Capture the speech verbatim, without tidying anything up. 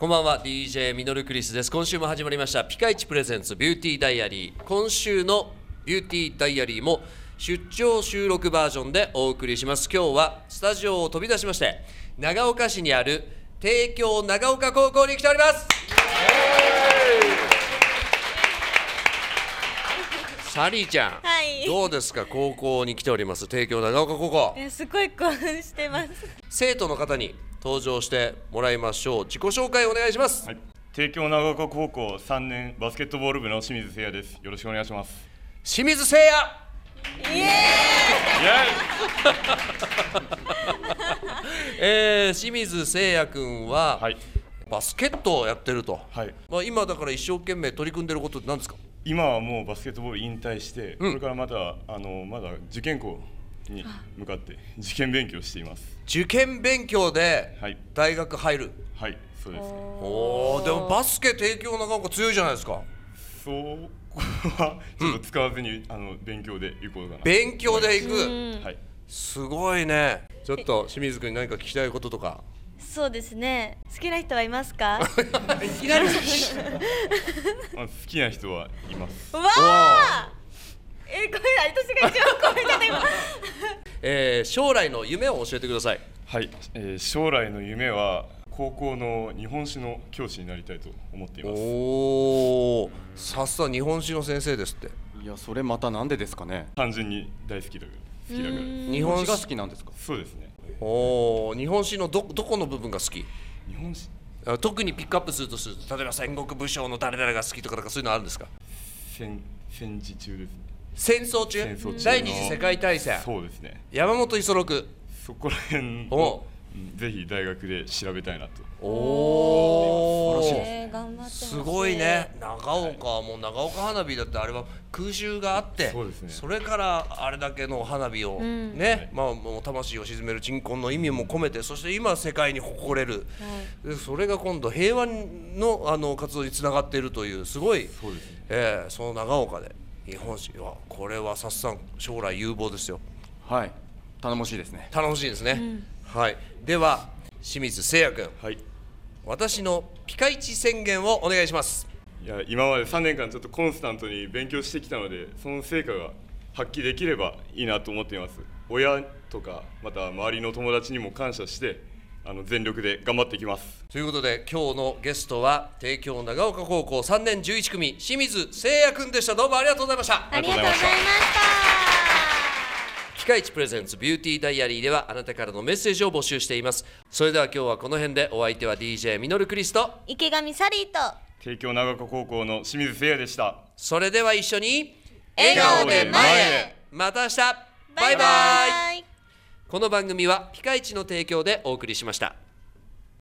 こんばんは、 ディージェー ミノルクリスです。今週も始まりましたピカイチプレゼンツビューティーダイアリー。今週のビューティーダイアリーも出張収録バージョンでお送りします。今日はスタジオを飛び出しまして長岡市にある帝京長岡高校に来ております。サリーちゃん、 はい、 どうですか？高校に来ております帝京長岡高校。 えすごい興奮してます。 生徒の方に登場してもらいましょう。自己紹介お願いします。 はい、帝京長岡高校さんねんバスケットボール部の清水誠也です。よろしくお願いします。 清水誠也。 イエーイ。 えー、清水誠也君は、 はい、 バスケットをやってると、 はい、 まあ、今だから一生懸命取り組んでることって何ですか？ 今はもうバスケットボール引退して、 うん、 これからまたあのまだ受験校に向かって受験勉強しています。 受験勉強で大学入る。 はい、はい、そうです。 おー、でもバスケ帝京長岡強いじゃないですか。 そうはちょっと使わずに、うん、あの勉強で行こうかな。 勉強で行く、 はい、すごいね。ちょっと清水君に何か聞きたいこととか。 そうですね、好きな人はいますか？ いきなりまあ、好きな人はいます。 わあ、えー、これ私が一番声だ今えー、将来の夢を教えてください。 はい、えー、将来の夢は高校の日本史の教師になりたいと思っています。 おー、さっさ日本史の先生ですって。 いや、それまたなんでですかね。 単純に大好きだから好きだから。 日本史が好きなんですか？ そうですね。 おー、日本史の ど, どこの部分が好き？ 日本史、 特にピックアップするとすると、例えば戦国武将の誰々が好きとか、そういうのあるんですか？ 戦戦時中ですね。 戦争中、 戦争中第二次世界大戦。 そうですね。 山本五十六、 そこら辺をぜひ大学で調べたいなと。 おー、 えー、頑張ってます。 すごいね。長岡はもう長岡花火だって、あれは空襲があって、 そうですね、 それからあれだけの花火を、うん、ね、まあ、もう魂を鎮める鎮魂の意味も込めて、そして今世界に誇れる、はい、でそれが今度平和の、あの活動につながっているという、すごい、 そうですね、 えー、その長岡で日本史は、これはさっさん将来有望ですよ。 はい、頼もしいですね。 頼もしいですね、うん、はい。では清水誠也君、 はい、 私のピカイチ宣言をお願いします。 いや、今までさんねんかんちょっとコンスタントに勉強してきたので、その成果が発揮できればいいなと思っています。親とかまた周りの友達にも感謝して、あの全力で頑張っていきます。 ということで、今日のゲストは帝京長岡高校さんねんじゅういちくみ清水誠也君でした。どうもありがとうございました。 ありがとうございました。 ピカイチプレゼンツビューティーダイアリーでは、あなたからのメッセージを募集しています。それでは今日はこの辺で。お相手は ディージェー ミノルクリスと池上サリーと帝京長岡高校の清水誠也でした。 それでは一緒に笑顔で前へ。 また明日。バイバイ。 バイバイ。 この番組はピカイチの提供でお送りしました。